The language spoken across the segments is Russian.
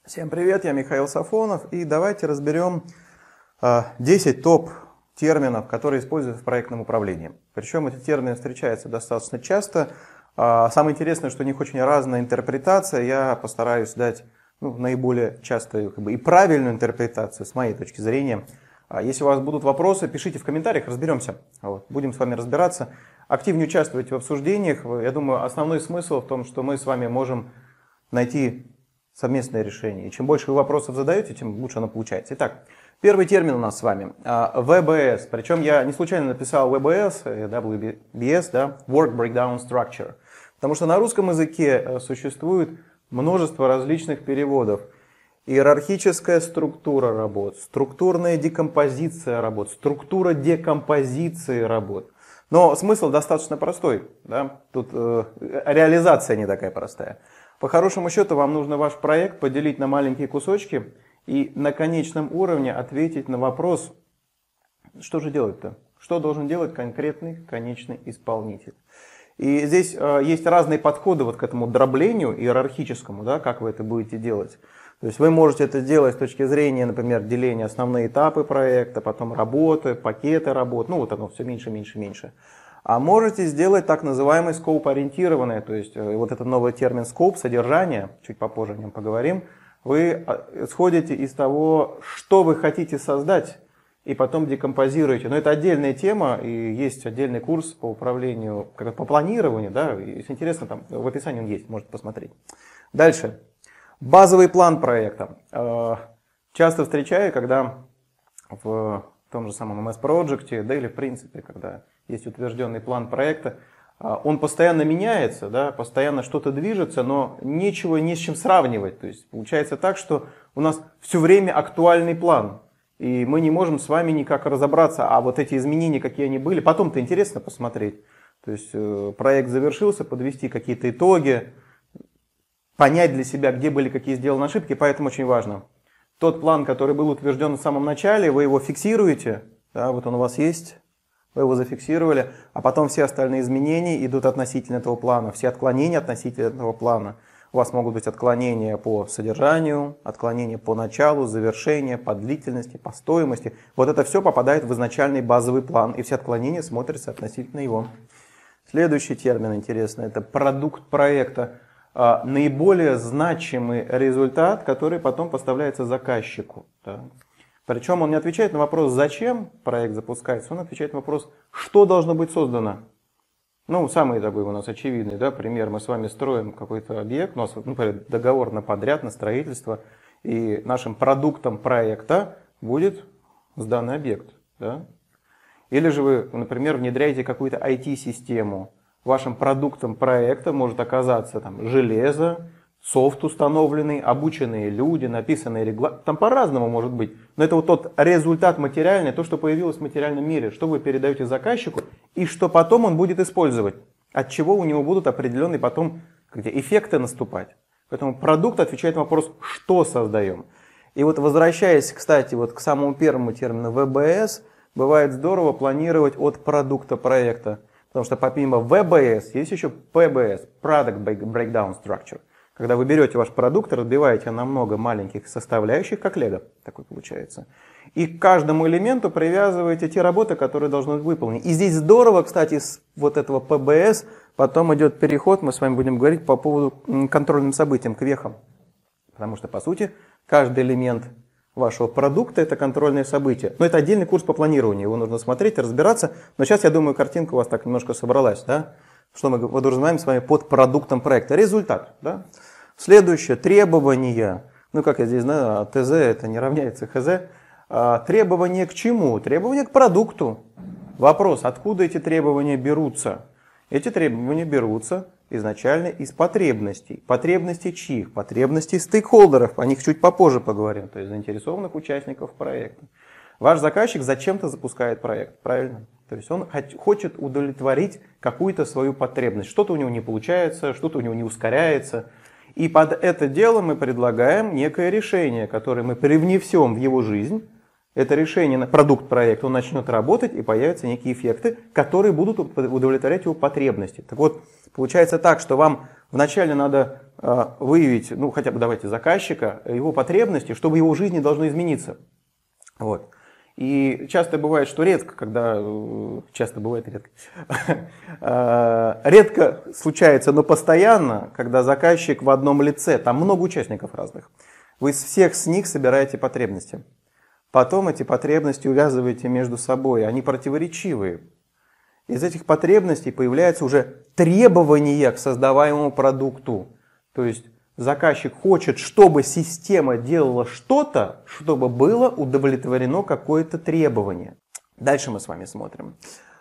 Всем привет, я Михаил Сафонов, и давайте разберем 10 топ-терминов, которые используют в проектном управлении. Причем эти термины встречаются достаточно часто. Самое интересное, что у них очень разная интерпретация. Я постараюсь дать наиболее частую и правильную интерпретацию с моей точки зрения. Если у вас будут вопросы, пишите в комментариях, разберемся. Будем с вами разбираться. Активнее участвуйте в обсуждениях. Я думаю, основной смысл в том, что мы с вами можем найти совместное решение. И чем больше вы вопросов задаете, тем лучше оно получается. Итак, первый термин у нас с вами WBS. Причем я не случайно написал WBS, WBS, да, Work Breakdown Structure. Потому что на русском языке существует множество различных переводов. Иерархическая структура работ, структурная декомпозиция работ, структура декомпозиции работ. Но смысл достаточно простой. Да? Тут реализация не такая простая. По хорошему счету вам нужно ваш проект поделить на маленькие кусочки и на конечном уровне ответить на вопрос, что же делать-то? Что должен делать конкретный конечный исполнитель? И здесь есть разные подходы к этому дроблению иерархическому, да, как вы это будете делать. То есть вы можете это делать с точки зрения, например, деления основные этапы проекта, потом работы, пакеты работ, оно все меньше, меньше, меньше. А можете сделать так называемый скоуп-ориентированный, то есть вот этот новый термин скоуп, содержание, чуть попозже о нем поговорим. Вы исходите из того, что вы хотите создать, и потом декомпозируете. Но это отдельная тема, и есть отдельный курс по управлению, по планированию, да, если интересно, там в описании он есть, можете посмотреть. Дальше. Базовый план проекта. Часто встречаю, когда в том же самом MS Project, да или в принципе, когда есть утвержденный план проекта, он постоянно меняется, да, постоянно что-то движется, но нечего не с чем сравнивать. То есть получается так, что у нас все время актуальный план, и мы не можем с вами никак разобраться, а вот эти изменения, какие они были, потом-то интересно посмотреть. То есть проект завершился, подвести какие-то итоги, понять для себя, где были какие сделаны ошибки, поэтому очень важно. Тот план, который был утвержден в самом начале, вы его фиксируете, да, вот он у вас есть. Вы его зафиксировали, а потом все остальные изменения идут относительно этого плана, все отклонения относительно этого плана. У вас могут быть отклонения по содержанию, отклонения по началу, завершению, по длительности, по стоимости. Вот это все попадает в изначальный базовый план, и все отклонения смотрятся относительно его. Следующий термин интересный – это продукт проекта. Наиболее значимый результат, который потом поставляется заказчику. Да. Причем он не отвечает на вопрос, зачем проект запускается, он отвечает на вопрос, что должно быть создано. Самый такой у нас очевидный, да, пример. Мы с вами строим какой-то объект, у нас, например, договор на подряд, на строительство, и нашим продуктом проекта будет сданный объект. Да? Или же вы, например, внедряете какую-то IT-систему. Вашим продуктом проекта может оказаться железо, софт установленный, обученные люди, написанные регламенты. Там по-разному может быть. Но это вот тот результат материальный, то, что появилось в материальном мире, что вы передаете заказчику и что потом он будет использовать. От чего у него будут определенные потом эффекты наступать. Поэтому продукт отвечает на вопрос, что создаем. И возвращаясь, кстати, к самому первому термину WBS, бывает здорово планировать от продукта проекта. Потому что помимо WBS есть еще PBS, Product Breakdown Structure. Когда вы берете ваш продукт, разбиваете на много маленьких составляющих, как лего, такой получается. И к каждому элементу привязываете те работы, которые должны быть выполнены. И здесь здорово, кстати, с этого PBS потом идет переход, мы с вами будем говорить по поводу контрольным событиям, к вехам. Потому что, по сути, каждый элемент вашего продукта – это контрольное событие. Но это отдельный курс по планированию, его нужно смотреть, разбираться. Но сейчас, я думаю, картинка у вас так немножко собралась, да? Что мы подразумеваем с вами под продуктом проекта? Результат. Да? Следующее. Требования. Как я здесь знаю, ТЗ это не равняется ХЗ. Требования к чему? Требования к продукту. Вопрос, откуда эти требования берутся? Эти требования берутся изначально из потребностей. Потребностей чьих? Потребностей стейкхолдеров. О них чуть попозже поговорим. То есть заинтересованных участников проекта. Ваш заказчик зачем-то запускает проект. Правильно? То есть он хочет удовлетворить какую-то свою потребность. Что-то у него не получается, что-то у него не ускоряется. И под это дело мы предлагаем некое решение, которое мы привнесем в его жизнь. это решение, продукт проекта, он начнет работать и появятся некие эффекты, которые будут удовлетворять его потребности. Так вот, получается так, что вам вначале надо выявить, ну хотя бы давайте заказчика, его потребности, чтобы его жизни должно измениться. Вот. И часто бывает, что редко, редко случается, но постоянно, когда заказчик в одном лице, там много участников разных, вы из всех с них собираете потребности. Потом эти потребности увязываете между собой, они противоречивые. Из этих потребностей появляются уже требования к создаваемому продукту. То есть заказчик хочет, чтобы система делала что-то, чтобы было удовлетворено какое-то требование. Дальше мы с вами смотрим.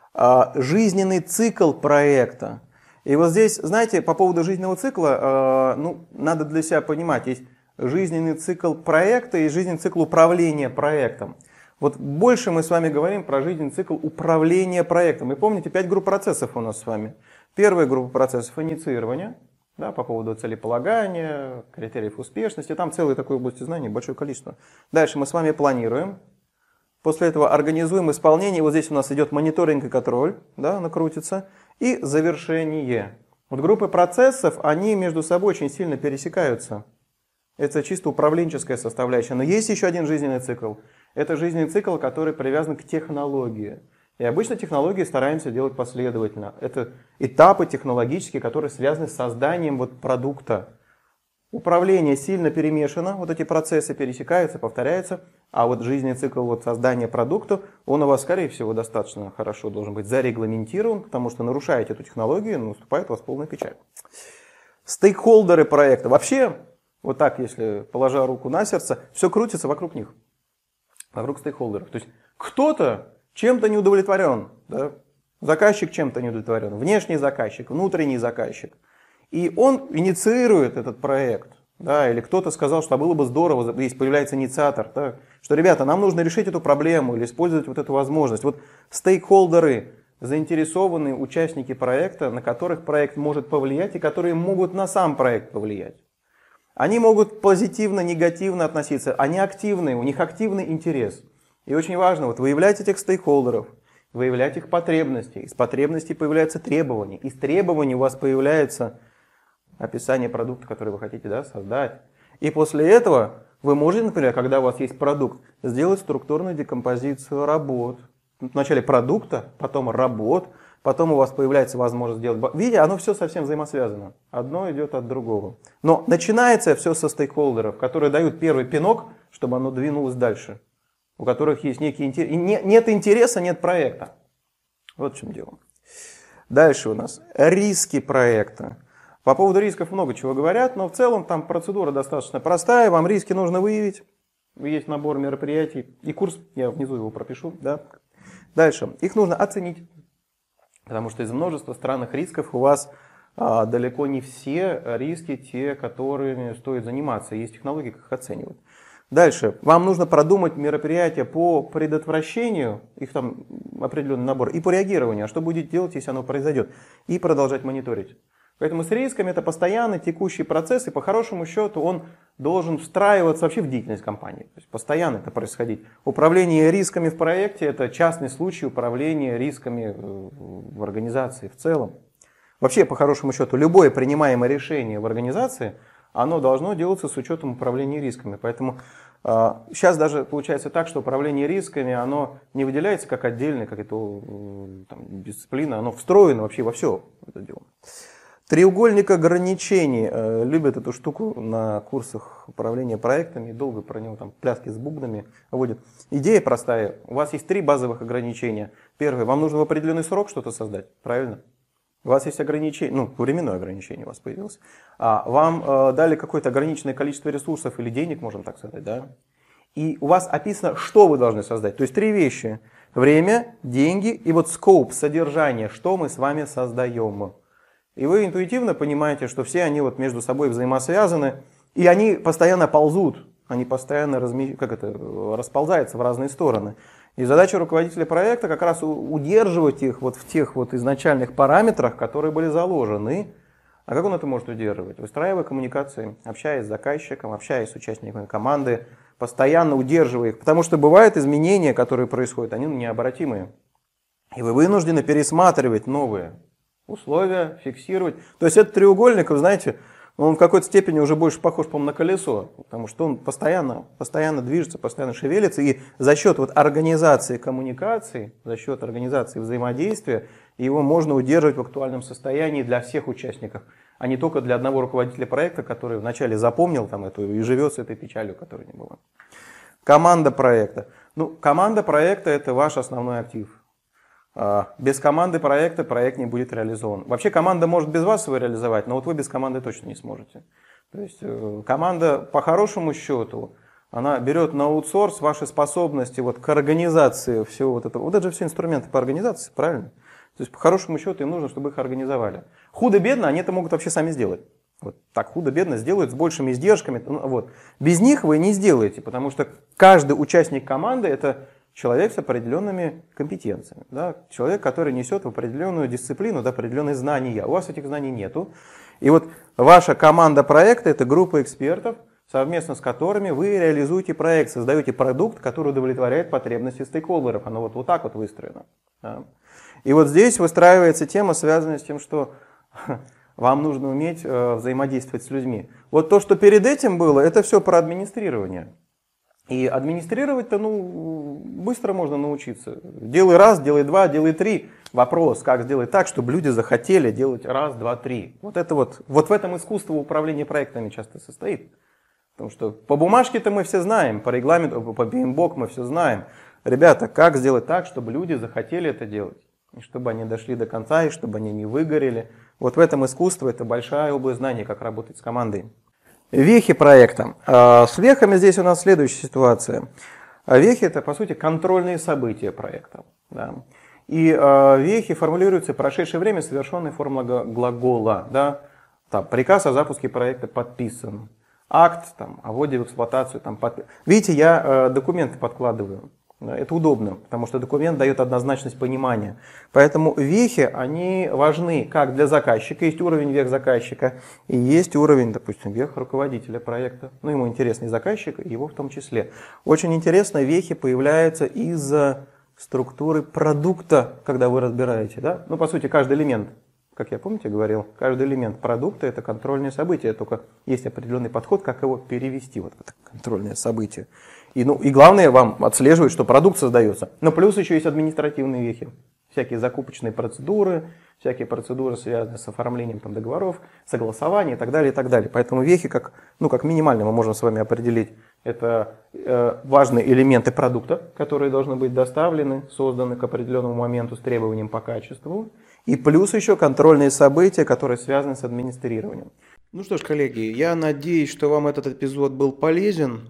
Жизненный цикл проекта. И вот здесь, знаете, по поводу жизненного цикла, надо для себя понимать, есть жизненный цикл проекта и жизненный цикл управления проектом. Вот больше мы с вами говорим про жизненный цикл управления проектом. И помните, 5 групп процессов у нас с вами. Первая группа процессов — инициирование, да, по поводу целеполагания, критериев успешности. Там целой такой области знаний большое количество. Дальше мы с вами планируем. После этого организуем исполнение. Вот здесь у нас идет мониторинг и контроль, да, оно крутится. И завершение. Вот группы процессов, они между собой очень сильно пересекаются. Это чисто управленческая составляющая. Но есть еще один жизненный цикл. Это жизненный цикл, который привязан к технологии. И обычно технологии стараемся делать последовательно. Это этапы технологические, которые связаны с созданием продукта. Управление сильно перемешано, вот эти процессы пересекаются, повторяются. А вот жизненный цикл создания продукта, он у вас, скорее всего, достаточно хорошо должен быть зарегламентирован, потому что нарушаете эту технологию, наступает у вас полная печаль. Стейкхолдеры проекта. Вообще, вот так, если положа руку на сердце, все крутится вокруг них. Вокруг стейкхолдеров. То есть кто-то чем-то не удовлетворен. Да? Заказчик чем-то не удовлетворен. Внешний заказчик, внутренний заказчик. И он инициирует этот проект. Да? Или кто-то сказал, что было бы здорово, здесь появляется инициатор. Да? Что, ребята, нам нужно решить эту проблему или использовать вот эту возможность. Вот стейкхолдеры, заинтересованные участники проекта, на которых проект может повлиять и которые могут на сам проект повлиять. Они могут позитивно, негативно относиться, они активные, у них активный интерес. И очень важно выявлять этих стейкхолдеров, выявлять их потребности. Из потребностей появляются требования. Из требований у вас появляется описание продукта, который вы хотите создать. И после этого вы можете, например, когда у вас есть продукт, сделать структурную декомпозицию работ. Вначале продукта, потом работ, потом у вас появляется возможность сделать... Видите, оно все совсем взаимосвязано. Одно идет от другого. Но начинается все со стейкхолдеров, которые дают первый пинок, чтобы оно двинулось дальше. У которых есть некий интерес. И нет интереса, нет проекта. Вот в чем дело. Дальше у нас риски проекта. По поводу рисков много чего говорят, но в целом там процедура достаточно простая. Вам риски нужно выявить. Есть набор мероприятий. И курс, я внизу его пропишу. Да? Дальше. Их нужно оценить. Потому что из множества странных рисков у вас далеко не все риски те, которыми стоит заниматься. Есть технологии, как их оценивать. Дальше. Вам нужно продумать мероприятия по предотвращению, их там определенный набор, и по реагированию. А что будете делать, если оно произойдет? И продолжать мониторить. Поэтому с рисками это постоянный текущий процесс, и по хорошему счету он должен встраиваться вообще в деятельность компании. То есть постоянно это происходить. Управление рисками в проекте – это частный случай управления рисками в организации в целом. Вообще, по хорошему счету, любое принимаемое решение в организации, оно должно делаться с учетом управления рисками. Поэтому сейчас даже получается так, что управление рисками, оно не выделяется как отдельная дисциплина, оно встроено вообще во все это дело. Треугольник ограничений. Любят эту штуку на курсах управления проектами. Долго про него там пляски с бубнами водят. Идея простая. У вас есть 3 базовых ограничения. Первое. Вам нужно в определенный срок что-то создать. Правильно? У вас есть ограничение, временное ограничение у вас появилось. Вам дали какое-то ограниченное количество ресурсов или денег, можем так сказать, да? И у вас описано, что вы должны создать. То есть 3 вещи. Время, деньги и scope, содержание, что мы с вами создаем. И вы интуитивно понимаете, что все они между собой взаимосвязаны, и они постоянно ползут, они постоянно расползаются в разные стороны. И задача руководителя проекта как раз удерживать их в тех изначальных параметрах, которые были заложены. А как он это может удерживать? Выстраивая коммуникации, общаясь с заказчиком, общаясь с участниками команды, постоянно удерживая их. Потому что бывают изменения, которые происходят, они необратимые. И вы вынуждены пересматривать новые условия, фиксировать. То есть этот треугольник, вы знаете, он в какой-то степени уже больше похож, по-моему, на колесо, потому что он постоянно движется, постоянно шевелится, и за счет вот организации коммуникации, за счет организации взаимодействия, его можно удерживать в актуальном состоянии для всех участников, а не только для одного руководителя проекта, который вначале запомнил там эту и живет с этой печалью, которой не было. Команда проекта. Команда проекта – это ваш основной актив. Без команды проекта проект не будет реализован. Вообще команда может без вас его реализовать, но вот вы без команды точно не сможете. То есть команда по хорошему счету, она берет на аутсорс ваши способности вот к организации всего вот этого. Вот это же все инструменты по организации, правильно? То есть по хорошему счету им нужно, чтобы их организовали. Худо-бедно они это могут вообще сами сделать. Вот так худо-бедно сделают с большими издержками. Вот. Без них вы не сделаете, потому что каждый участник команды – это человек с определенными компетенциями. Да? Человек, который несет в определенную дисциплину, да, определенные знания. У вас этих знаний нету. И вот ваша команда проекта – это группа экспертов, совместно с которыми вы реализуете проект, создаете продукт, который удовлетворяет потребности стейкхолдеров. Оно вот так вот выстроено. Да? И вот здесь выстраивается тема, связанная с тем, что вам нужно уметь взаимодействовать с людьми. Вот то, что перед этим было, это все про администрирование. И администрировать-то, быстро можно научиться. Делай раз, делай два, делай три. Вопрос, как сделать так, чтобы люди захотели делать раз, два, три. Вот в этом искусство управления проектами часто состоит. Потому что по бумажке-то мы все знаем, по регламенту, по PMBOK мы все знаем. Ребята, как сделать так, чтобы люди захотели это делать? И чтобы они дошли до конца, и чтобы они не выгорели. Вот в этом искусство, это большая область знаний, как работать с командой. Вехи проекта. С вехами здесь у нас следующая ситуация. Вехи – это, по сути, контрольные события проекта. Да. И вехи формулируются прошедшее время, совершенной формулой глагола. Да. Там, приказ о запуске проекта подписан. Акт о вводе в эксплуатацию. Видите, я документы подкладываю. Это удобно, потому что документ дает однозначность понимания. Поэтому вехи, они важны как для заказчика. Есть уровень вех заказчика и есть уровень, допустим, вех руководителя проекта. Ему интересный заказчик, и его в том числе. Очень интересно, вехи появляются из-за структуры продукта, когда вы разбираете. Да? По сути, каждый элемент, как я, помните, говорил, каждый элемент продукта – это контрольное событие. Только есть определенный подход, как его перевести, вот это контрольное событие. И главное вам отслеживать, что продукт создается. Но плюс еще есть административные вехи. Всякие закупочные процедуры, всякие процедуры, связанные с оформлением договоров, согласования и так далее, и так далее. Поэтому вехи, как минимально мы можем с вами определить, это важные элементы продукта, которые должны быть доставлены, созданы к определенному моменту с требованием по качеству. И плюс еще контрольные события, которые связаны с администрированием. Что ж, коллеги, я надеюсь, что вам этот эпизод был полезен.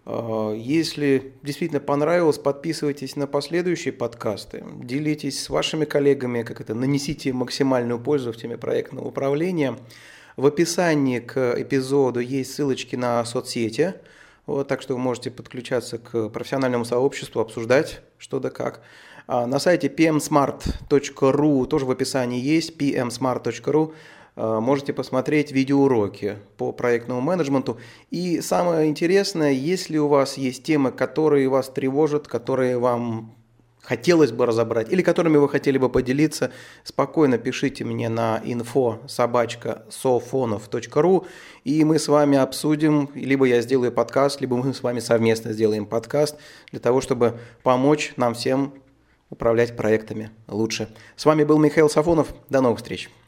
Если действительно понравилось, подписывайтесь на последующие подкасты, делитесь с вашими коллегами, нанесите максимальную пользу в теме проектного управления. В описании к эпизоду есть ссылочки на соцсети, так что вы можете подключаться к профессиональному сообществу, обсуждать что да как. На сайте pmsmart.ru тоже в описании есть, pmsmart.ru. Можете посмотреть видеоуроки по проектному менеджменту. И самое интересное, если у вас есть темы, которые вас тревожат, которые вам хотелось бы разобрать или которыми вы хотели бы поделиться, спокойно пишите мне на info@sofonov.ru, и мы с вами обсудим, либо я сделаю подкаст, либо мы с вами совместно сделаем подкаст для того, чтобы помочь нам всем управлять проектами лучше. С вами был Михаил Сафонов. До новых встреч.